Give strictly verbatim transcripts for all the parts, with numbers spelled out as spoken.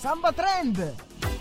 Samba Trend!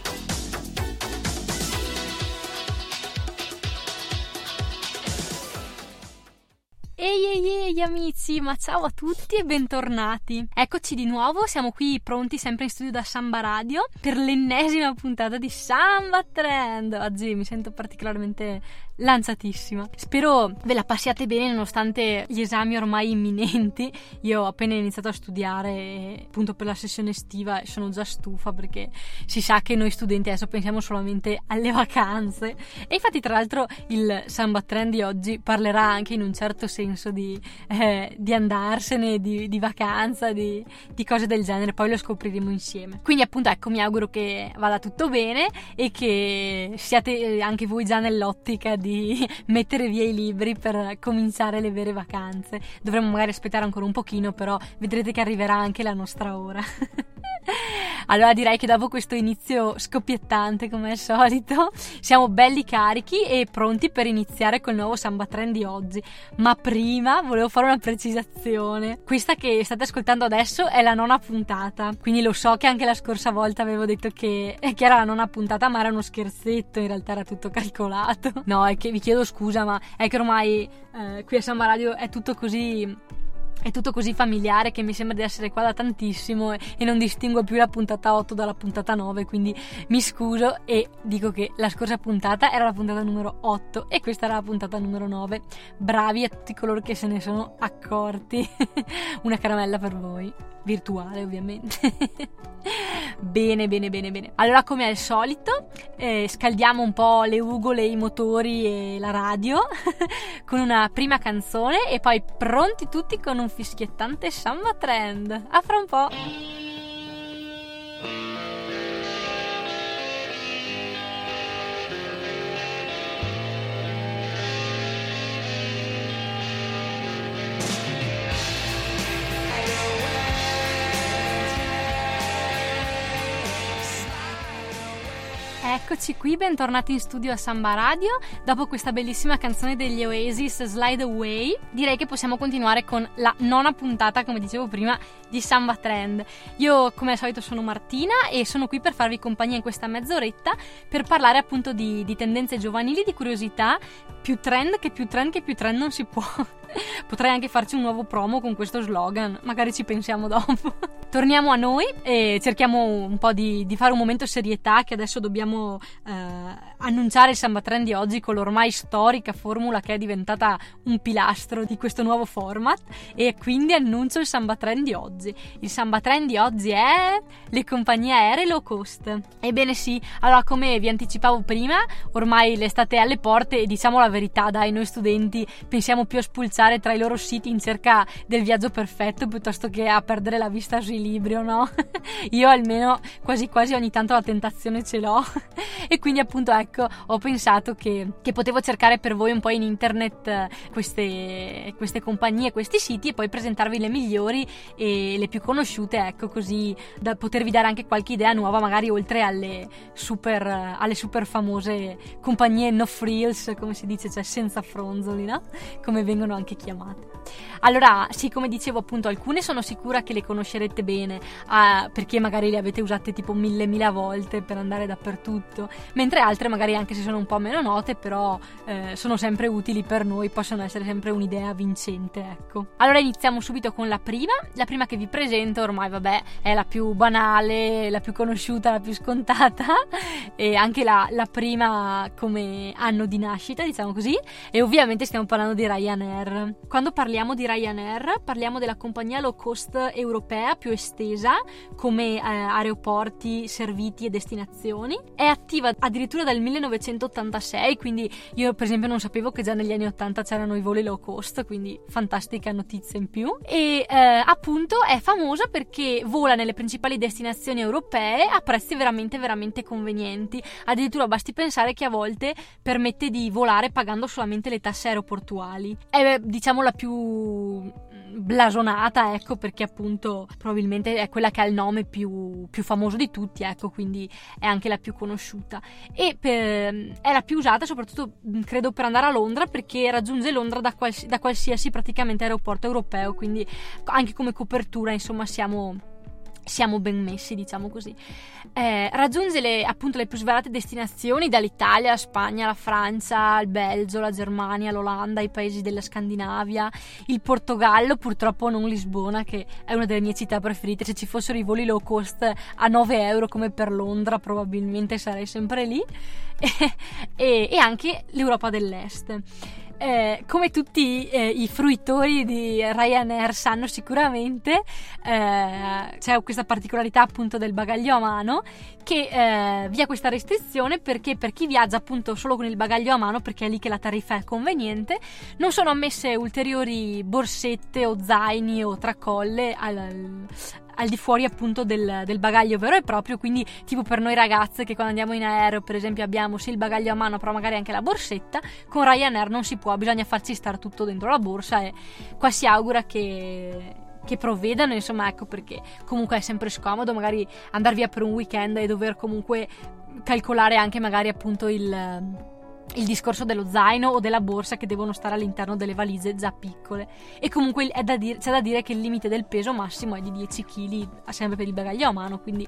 Ehi ehi ehi amici, ma ciao a tutti e bentornati. Eccoci di nuovo, siamo qui pronti sempre in studio da Samba Radio per l'ennesima puntata di Samba Trend. Oggi mi sento particolarmente lanciatissima. Spero ve la passiate bene nonostante gli esami ormai imminenti. Io ho appena iniziato a studiare appunto per la sessione estiva e sono già stufa perché si sa che noi studenti adesso pensiamo solamente alle vacanze. E infatti tra l'altro il Samba Trend di oggi parlerà anche in un certo senso di, eh, di andarsene, di, di vacanza, di, di cose del genere, poi lo scopriremo insieme. Quindi appunto ecco, mi auguro che vada tutto bene e che siate anche voi già nell'ottica di mettere via i libri per cominciare le vere vacanze. Dovremmo magari aspettare ancora un pochino, però vedrete che arriverà anche la nostra ora. Allora direi che dopo questo inizio scoppiettante come al solito siamo belli carichi e pronti per iniziare col nuovo Samba Trend di oggi. Ma prima volevo fare una precisazione. Questa che state ascoltando adesso è la nona puntata, quindi lo so che anche la scorsa volta avevo detto che, che era la nona puntata, ma era uno scherzetto, in realtà era tutto calcolato. No, è che vi chiedo scusa, ma è che ormai eh, qui a Samba Radio è tutto così... È tutto così familiare che mi sembra di essere qua da tantissimo e, e non distingo più la puntata otto dalla puntata nove, quindi mi scuso e dico che la scorsa puntata era la puntata numero otto e questa era la puntata numero nove. Bravi a tutti coloro che se ne sono accorti. Una caramella per voi, virtuale ovviamente. Bene, bene, bene, bene. Allora, come al solito, eh, scaldiamo un po' le ugole, i motori e la radio con una prima canzone e poi pronti tutti con un fischiettante Samba Trend. A fra un po'. Eccoci qui, bentornati in studio a Samba Radio. Dopo questa bellissima canzone degli Oasis, Slide Away, direi che possiamo continuare con la nona puntata, come dicevo prima, di Samba Trend. Io, come al solito, sono Martina e sono qui per farvi compagnia in questa mezz'oretta per parlare appunto di, di tendenze giovanili, di curiosità, più trend che più trend che più trend non si può. Potrei anche farci un nuovo promo con questo slogan, magari ci pensiamo dopo. Torniamo a noi e cerchiamo un po' di, di fare un momento serietà, che adesso dobbiamo eh, annunciare il Samba Trend di oggi con l'ormai storica formula che è diventata un pilastro di questo nuovo format, e quindi annuncio il Samba Trend di oggi. Il Samba Trend di oggi è le compagnie aeree low cost. Ebbene sì, allora come vi anticipavo prima, ormai l'estate è alle porte e diciamo la verità, dai, noi studenti pensiamo più a spulciare tra i loro siti in cerca del viaggio perfetto piuttosto che a perdere la vista sui libri, o no? Io almeno quasi quasi ogni tanto la tentazione ce l'ho e quindi appunto ecco ho pensato che, che potevo cercare per voi un po' in internet queste, queste compagnie, questi siti, e poi presentarvi le migliori e le più conosciute, ecco, così da potervi dare anche qualche idea nuova, magari oltre alle super, alle super famose compagnie no frills, come si dice, cioè senza fronzoli, no? Come vengono anche chiamate. Allora sì, come dicevo appunto, alcune sono sicura che le conoscerete bene eh, perché magari le avete usate tipo mille mila volte per andare dappertutto, mentre altre magari, anche se sono un po' meno note, però eh, sono sempre utili per noi, possono essere sempre un'idea vincente, ecco. Allora iniziamo subito con la prima. La prima che vi presento ormai vabbè è la più banale, la più conosciuta, la più scontata e anche la, la prima come anno di nascita, diciamo così, e ovviamente stiamo parlando di Ryanair. Quando parliamo di Ryanair parliamo della compagnia low cost europea più estesa come eh, aeroporti, serviti e destinazioni. È attiva addirittura dal millenovecentottantasei, quindi io per esempio non sapevo che già negli anni ottanta c'erano i voli low cost, quindi fantastica notizia in più. E eh, appunto è famosa perché vola nelle principali destinazioni europee a prezzi veramente veramente convenienti. Addirittura basti pensare che a volte permette di volare pagando solamente le tasse aeroportuali. È diciamo la più blasonata, ecco, perché appunto probabilmente è quella che ha il nome più, più famoso di tutti, ecco, quindi è anche la più conosciuta e per, è la più usata soprattutto credo per andare a Londra, perché raggiunge Londra da, quals, da qualsiasi praticamente aeroporto europeo, quindi anche come copertura insomma siamo siamo ben messi, diciamo così. Eh, raggiunge le, appunto le più svariate destinazioni, dall'Italia, la Spagna, la Francia, il Belgio, la Germania, l'Olanda, i paesi della Scandinavia, il Portogallo, purtroppo non Lisbona, che è una delle mie città preferite. Se ci fossero i voli low cost a nove euro come per Londra, probabilmente sarei sempre lì. e, e anche l'Europa dell'Est. Eh, come tutti eh, i fruitori di Ryanair sanno sicuramente, eh, c'è questa particolarità appunto del bagaglio a mano, che eh, via questa restrizione, perché per chi viaggia appunto solo con il bagaglio a mano, perché è lì che la tariffa è conveniente, non sono ammesse ulteriori borsette o zaini o tracolle al, al al di fuori appunto del, del bagaglio vero e proprio. Quindi tipo per noi ragazze che quando andiamo in aereo per esempio abbiamo sì il bagaglio a mano però magari anche la borsetta, con Ryanair non si può, bisogna farci stare tutto dentro la borsa, e qua si augura che che provvedano, insomma, ecco, perché comunque è sempre scomodo magari andare via per un weekend e dover comunque calcolare anche magari appunto il il discorso dello zaino o della borsa che devono stare all'interno delle valigie già piccole. E comunque è da dire, c'è da dire che il limite del peso massimo è di dieci chili sempre per il bagaglio a mano, quindi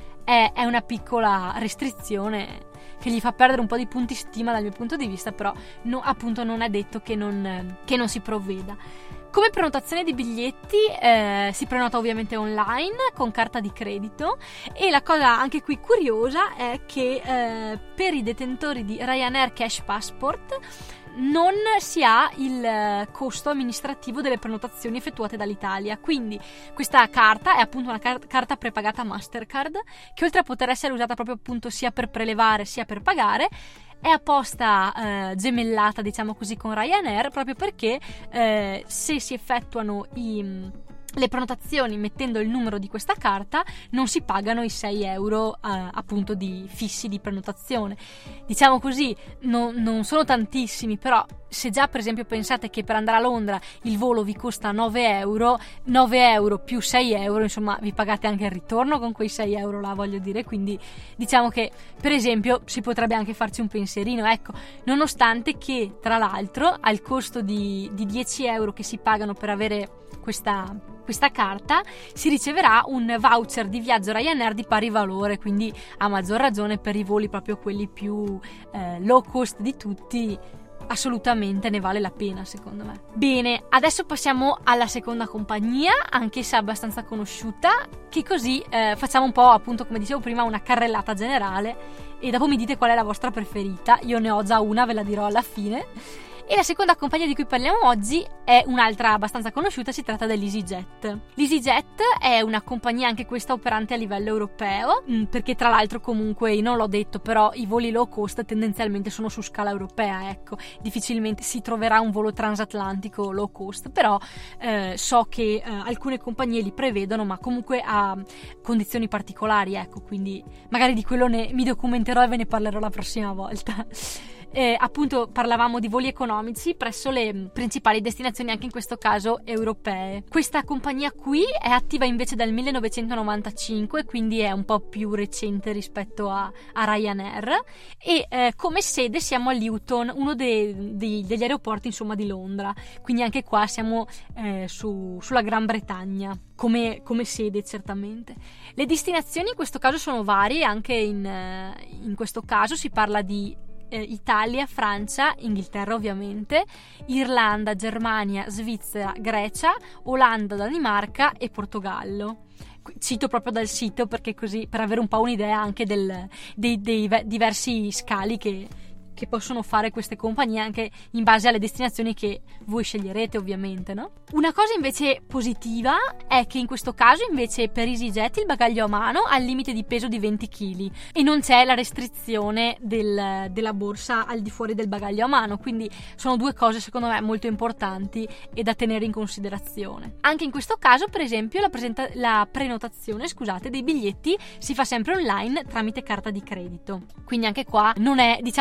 è, è una piccola restrizione che gli fa perdere un po' di punti stima dal mio punto di vista, però no, appunto non è detto che non, che non si provveda. Come prenotazione di biglietti eh, si prenota ovviamente online con carta di credito, e la cosa anche qui curiosa è che eh, per i detentori di Ryanair Cash Passport non si ha il costo amministrativo delle prenotazioni effettuate dall'italia. Quindi questa carta è appunto una car- carta prepagata Mastercard, che oltre a poter essere usata proprio appunto sia per prelevare sia per pagare, è apposta eh, gemellata, diciamo così, con Ryanair, proprio perché eh, se si effettuano i le prenotazioni mettendo il numero di questa carta non si pagano i sei euro eh, appunto di fissi di prenotazione. Diciamo così, no, non sono tantissimi, però se già per esempio pensate che per andare a Londra il volo vi costa nove euro, nove euro più sei euro, insomma vi pagate anche il ritorno con quei sei euro là, voglio dire. Quindi diciamo che per esempio si potrebbe anche farci un pensierino, ecco, nonostante che tra l'altro al costo di, di dieci euro che si pagano per avere questa, questa carta si riceverà un voucher di viaggio Ryanair di pari valore, quindi a maggior ragione per i voli proprio quelli più eh, low cost di tutti assolutamente ne vale la pena, secondo me. Bene, adesso passiamo alla seconda compagnia, anche se abbastanza conosciuta, che così eh, facciamo un po', appunto, come dicevo prima, una carrellata generale e dopo mi dite qual è la vostra preferita. Io ne ho già una, ve la dirò alla fine. E la seconda compagnia di cui parliamo oggi è un'altra abbastanza conosciuta, si tratta dell'EasyJet. L'EasyJet è una compagnia anche questa operante a livello europeo, perché tra l'altro comunque, non l'ho detto, però i voli low cost tendenzialmente sono su scala europea, ecco, difficilmente si troverà un volo transatlantico low cost, però eh, so che eh, alcune compagnie li prevedono, ma comunque a condizioni particolari, ecco, quindi magari di quello ne, mi documenterò e ve ne parlerò la prossima volta. Eh, appunto parlavamo di voli economici presso le principali destinazioni, anche in questo caso europee. Questa compagnia qui è attiva invece dal millenovecentonovantacinque, quindi è un po' più recente rispetto a, a Ryanair, e eh, come sede siamo a Luton, uno dei, dei, degli aeroporti insomma di Londra, quindi anche qua siamo eh, su, sulla Gran Bretagna come, come sede certamente. Le destinazioni in questo caso sono varie, anche in, in questo caso si parla di Italia, Francia, Inghilterra ovviamente, Irlanda, Germania, Svizzera, Grecia, Olanda, Danimarca e Portogallo. Cito proprio dal sito perché così, per avere un po' un'idea anche del, dei, dei diversi scali che, che possono fare queste compagnie, anche in base alle destinazioni che voi sceglierete ovviamente, no? Una cosa invece positiva è che in questo caso invece per EasyJet il bagaglio a mano ha il limite di peso di venti chili e non c'è la restrizione del, della borsa al di fuori del bagaglio a mano, quindi sono due cose secondo me molto importanti e da tenere in considerazione. Anche in questo caso per esempio la, presenta- la prenotazione scusate, dei biglietti si fa sempre online tramite carta di credito, quindi anche qua non è, diciamo così, non è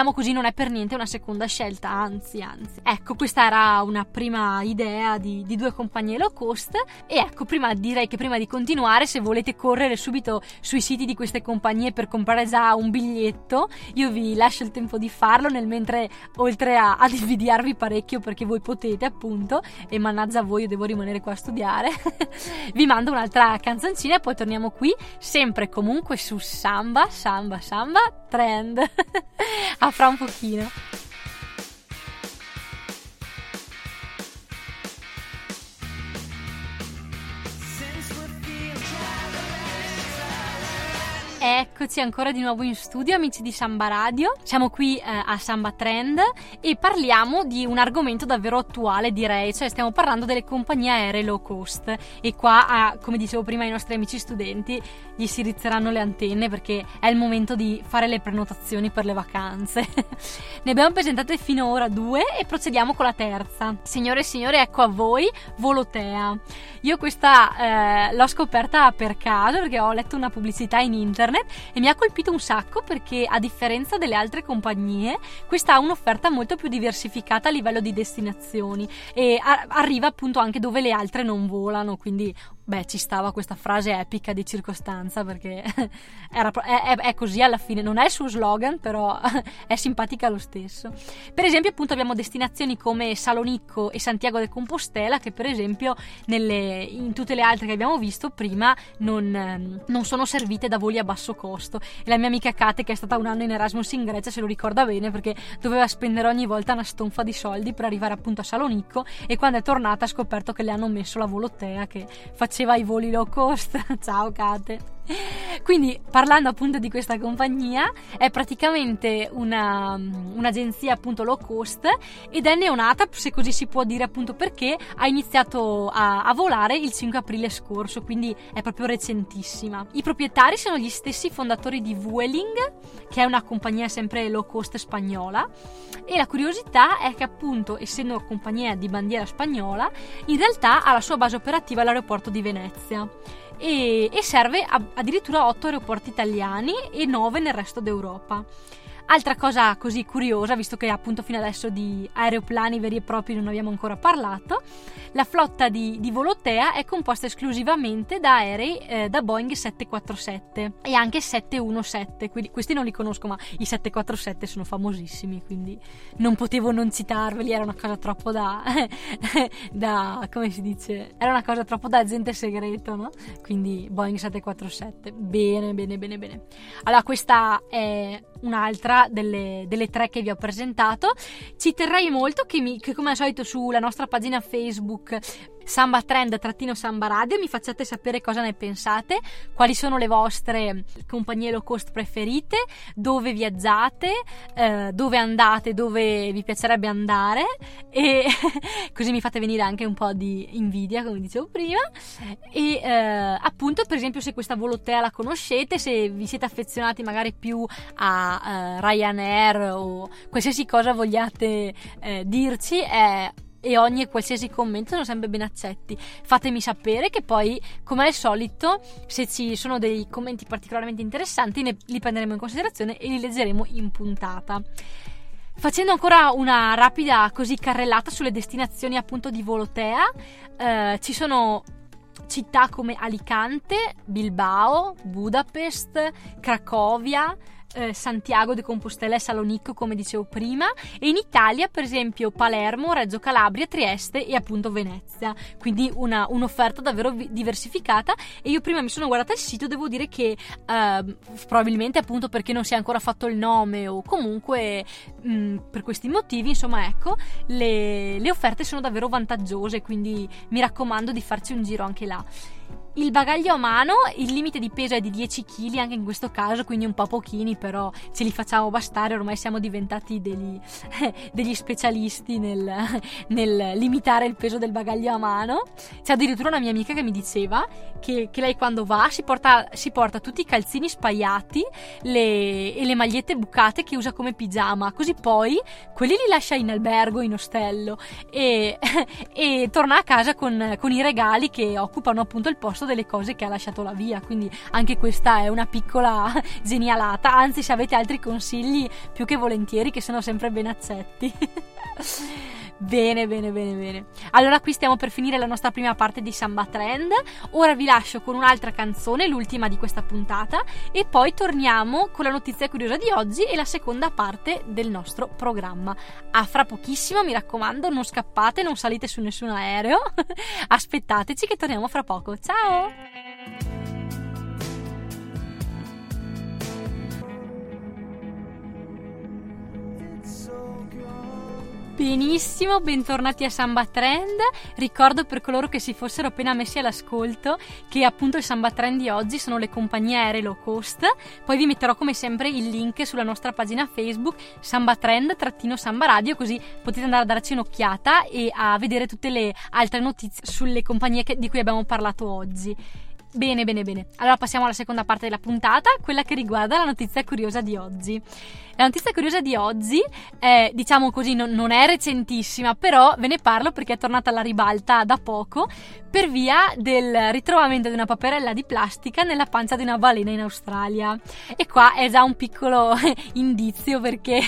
è per niente una seconda scelta, anzi, anzi. Ecco, questa era una prima idea di, di due compagnie low cost. E ecco, prima direi che prima di continuare, se volete correre subito sui siti di queste compagnie per comprare già un biglietto, io vi lascio il tempo di farlo, nel mentre oltre a, ad invidiarvi parecchio perché voi potete appunto, e mannaggia a voi, io devo rimanere qua a studiare, vi mando un'altra canzoncina e poi torniamo qui, sempre comunque su Samba, Samba, Samba Trend. A fra un pochino. Eccoci ancora di nuovo in studio, amici di Samba Radio. Siamo qui eh, a Samba Trend e parliamo di un argomento davvero attuale, direi, cioè stiamo parlando delle compagnie aeree low cost. E qua, ah, come dicevo prima ai nostri amici studenti, gli si rizzeranno le antenne perché è il momento di fare le prenotazioni per le vacanze. Ne abbiamo presentate finora due e procediamo con la terza. Signore e signori, ecco a voi Volotea. Io questa eh, l'ho scoperta per caso perché ho letto una pubblicità in internet e mi ha colpito un sacco perché, a differenza delle altre compagnie, questa ha un'offerta molto più diversificata a livello di destinazioni e a- arriva appunto anche dove le altre non volano, quindi beh, ci stava questa frase epica di circostanza perché era, è, è, è così alla fine, non è il suo slogan, però è simpatica lo stesso. Per esempio appunto abbiamo destinazioni come Salonicco e Santiago de Compostela che per esempio nelle, in tutte le altre che abbiamo visto prima non, non sono servite da voli a basso costo, e la mia amica Kate, che è stata un anno in Erasmus in Grecia, se lo ricorda bene perché doveva spendere ogni volta una stonfa di soldi per arrivare appunto a Salonicco, e quando è tornata ha scoperto che le hanno messo la Volotea che faceva i voli low cost. Ciao Kate. Quindi, parlando appunto di questa compagnia, è praticamente una, un'agenzia appunto low cost ed è neonata, se così si può dire, appunto perché ha iniziato a, a volare il cinque aprile scorso, quindi è proprio recentissima. I proprietari sono gli stessi fondatori di Vueling, che è una compagnia sempre low cost spagnola, e la curiosità è che appunto, essendo una compagnia di bandiera spagnola, in realtà ha la sua base operativa all'aeroporto di Venezia e, e serve a, addirittura otto aeroporti italiani e nove nel resto d'Europa. Altra cosa così curiosa, visto che appunto fino adesso di aeroplani veri e propri non abbiamo ancora parlato, la flotta di, di Volotea è composta esclusivamente da aerei eh, da Boeing sette quattro sette e anche sette uno sette, quindi questi non li conosco, ma i sette quattro sette sono famosissimi, quindi non potevo non citarveli, era una cosa troppo da, da come si dice, era una cosa troppo da agente segreto, no? Quindi Boeing sette quattro sette, bene bene bene bene. Allora, questa è un'altra delle, delle tre che vi ho presentato. Ci terrei molto che, mi, che come al solito sulla nostra pagina Facebook Samba Trend trattino Samba Radio mi facciate sapere cosa ne pensate, quali sono le vostre compagnie low cost preferite, dove viaggiate, eh, dove andate, dove vi piacerebbe andare, e così mi fate venire anche un po' di invidia, come dicevo prima. E eh, appunto, per esempio, se questa Volotea la conoscete, se vi siete affezionati magari più a eh, Ryanair o qualsiasi cosa vogliate eh, dirci, è e ogni e qualsiasi commento sono sempre ben accetti. Fatemi sapere, che poi, come al solito, se ci sono dei commenti particolarmente interessanti, ne, li prenderemo in considerazione e li leggeremo in puntata. Facendo ancora una rapida così carrellata sulle destinazioni appunto di Volotea, eh, ci sono città come Alicante, Bilbao, Budapest, Cracovia, Eh, Santiago de Compostela e Salonicco, come dicevo prima, e in Italia per esempio Palermo, Reggio Calabria, Trieste e appunto Venezia, quindi una, un'offerta davvero vi- diversificata. E io prima mi sono guardata il sito, devo dire che eh, probabilmente appunto perché non si è ancora fatto il nome o comunque mh, per questi motivi, insomma, ecco, le, le offerte sono davvero vantaggiose, quindi mi raccomando di farci un giro anche là. Il bagaglio a mano, il limite di peso è di dieci chili anche in questo caso, quindi un po' pochini, però ce li facciamo bastare, ormai siamo diventati degli, degli specialisti nel, nel limitare il peso del bagaglio a mano. C'è addirittura una mia amica che mi diceva che, che lei quando va si porta, si porta tutti i calzini spaiati le, e le magliette bucate che usa come pigiama, così poi quelli li lascia in albergo, in ostello, e, e torna a casa con, con i regali che occupano appunto il posto posto delle cose che ha lasciato la via, quindi anche questa è una piccola genialata. Anzi, se avete altri consigli, più che volentieri, che sono sempre ben accetti. Bene, bene, bene, bene. Allora, qui stiamo per finire la nostra prima parte di Samba Trend. Ora vi lascio con un'altra canzone, l'ultima di questa puntata, e poi torniamo con la notizia curiosa di oggi e la seconda parte del nostro programma. A fra pochissimo, mi raccomando, non scappate, non salite su nessun aereo. Aspettateci che torniamo fra poco. Ciao! Benissimo, bentornati a Samba Trend. Ricordo per coloro che si fossero appena messi all'ascolto che appunto il Samba Trend di oggi sono le compagnie aeree low cost. Poi vi metterò come sempre il link sulla nostra pagina Facebook Samba Trend trattino Samba Radio, così potete andare a darci un'occhiata e a vedere tutte le altre notizie sulle compagnie che, di cui abbiamo parlato oggi. Bene, bene, bene. Allora passiamo alla seconda parte della puntata, quella che riguarda la notizia curiosa di oggi. La notizia curiosa di oggi è, diciamo così, non, non è recentissima, però ve ne parlo perché è tornata alla ribalta da poco per via del ritrovamento di una paperella di plastica nella pancia di una balena in Australia. E qua è già un piccolo indizio, perché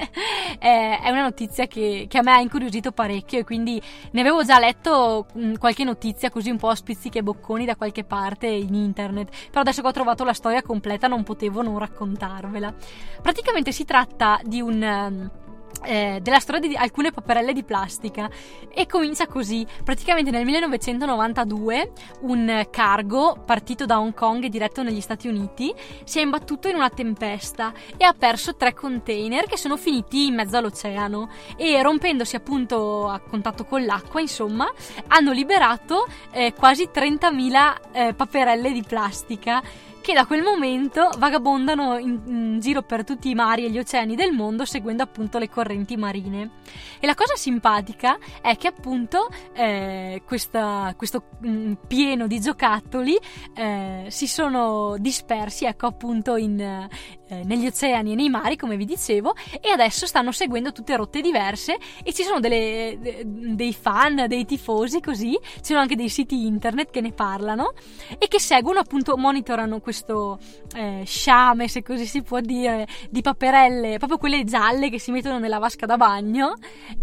è, è una notizia che, che a me ha incuriosito parecchio, e quindi ne avevo già letto qualche notizia così un po' a spizzichi e bocconi da qualche parte in internet, però adesso che ho trovato la storia completa non potevo non raccontarvela. Praticamente si tratta di un Eh, della storia di alcune paperelle di plastica, e comincia così. Praticamente nel millenovecentonovantadue un cargo partito da Hong Kong e diretto negli Stati Uniti si è imbattuto in una tempesta e ha perso tre container che sono finiti in mezzo all'oceano, e rompendosi appunto a contatto con l'acqua, insomma, hanno liberato eh, quasi trentamila eh, paperelle di plastica, che da quel momento vagabondano in, in giro per tutti i mari e gli oceani del mondo, seguendo appunto le correnti marine. E la cosa simpatica è che appunto eh, questa, questo mh, pieno di giocattoli eh, si sono dispersi, ecco, appunto in, eh, negli oceani e nei mari, come vi dicevo, e adesso stanno seguendo tutte rotte diverse, e ci sono delle, de, dei fan, dei tifosi, così, ci sono anche dei siti internet che ne parlano e che seguono, appunto, monitorano questo questo eh, sciame, se così si può dire, di paperelle, proprio quelle gialle che si mettono nella vasca da bagno,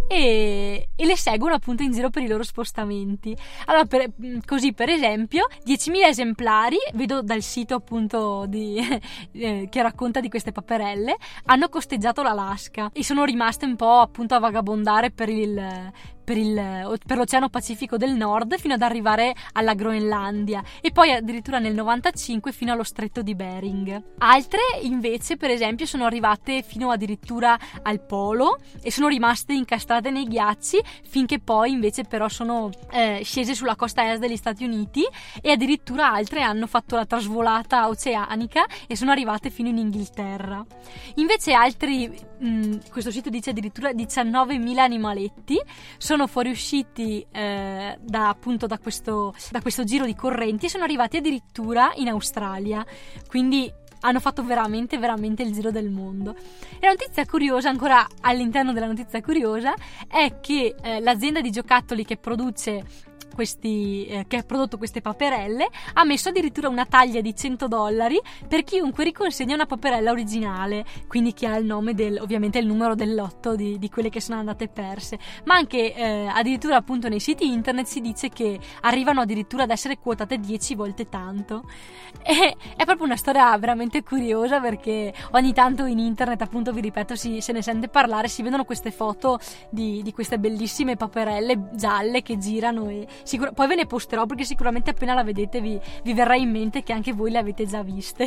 e, e le seguono appunto in giro per i loro spostamenti. Allora, per, così per esempio diecimila esemplari, vedo dal sito appunto di, eh, che racconta di queste paperelle, hanno costeggiato l'Alaska e sono rimaste un po' appunto a vagabondare per il Per, il, per l'Oceano Pacifico del Nord fino ad arrivare alla Groenlandia, e poi addirittura nel novantacinque fino allo Stretto di Bering. Altre invece, per esempio, sono arrivate fino addirittura al polo e sono rimaste incastrate nei ghiacci, finché poi invece però sono eh, scese sulla costa est degli Stati Uniti, e addirittura altre hanno fatto la trasvolata oceanica e sono arrivate fino in Inghilterra. Invece altri, mh, questo sito dice addirittura diciannovemila animaletti sono fuoriusciti eh, da appunto da questo, da questo giro di correnti, e sono arrivati addirittura in Australia, quindi hanno fatto veramente veramente il giro del mondo. E la notizia curiosa, ancora all'interno della notizia curiosa, è che eh, l'azienda di giocattoli che produce questi eh, che ha prodotto queste paperelle ha messo addirittura una taglia di cento dollari per chiunque riconsegna una paperella originale, quindi che ha il nome del, ovviamente il numero del lotto di, di quelle che sono andate perse. Ma anche eh, addirittura appunto nei siti internet si dice che arrivano addirittura ad essere quotate dieci volte tanto, e è proprio una storia veramente curiosa, perché ogni tanto in internet, appunto vi ripeto, si, se ne sente parlare, si vedono queste foto di, di queste bellissime paperelle gialle che girano, e Sicur- poi ve ne posterò, perché sicuramente appena la vedete vi, vi verrà in mente che anche voi le avete già viste.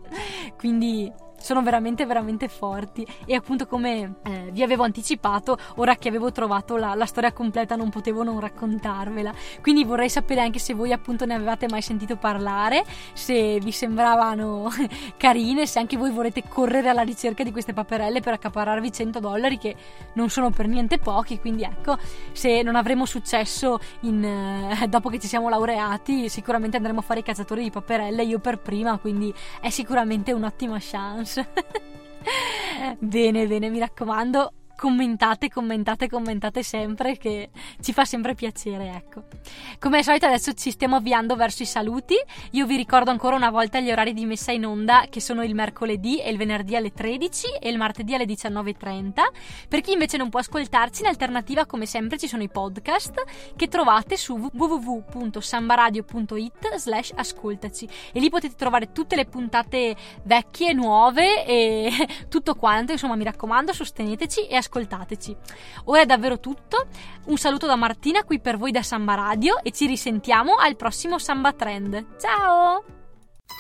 Quindi sono veramente veramente forti, e appunto, come eh, vi avevo anticipato, ora che avevo trovato la, la storia completa non potevo non raccontarvela. Quindi vorrei sapere anche se voi appunto ne avevate mai sentito parlare, se vi sembravano carine, se anche voi vorrete correre alla ricerca di queste paperelle per accaparrarvi cento dollari, che non sono per niente pochi. Quindi ecco, se non avremo successo in, eh, dopo che ci siamo laureati, sicuramente andremo a fare i cacciatori di paperelle, io per prima, quindi è sicuramente un'ottima chance. Bene, bene, mi raccomando, commentate, commentate, commentate sempre, che ci fa sempre piacere, ecco. Come al solito adesso ci stiamo avviando verso i saluti. Io vi ricordo ancora una volta gli orari di messa in onda, che sono il mercoledì e il venerdì alle tredici e il martedì alle diciannove e trenta. Per chi invece non può ascoltarci, in alternativa come sempre ci sono i podcast che trovate su w w w punto sambaradio punto it slash ascoltaci, e lì potete trovare tutte le puntate vecchie, nuove e tutto quanto. Insomma, mi raccomando, sosteneteci e ascoltateci. Ora è davvero tutto, un saluto da Martina qui per voi da Samba Radio, e ci risentiamo al prossimo Samba Trend. Ciao!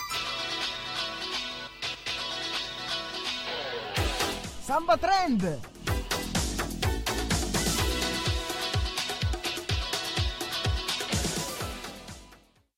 Samba Trend!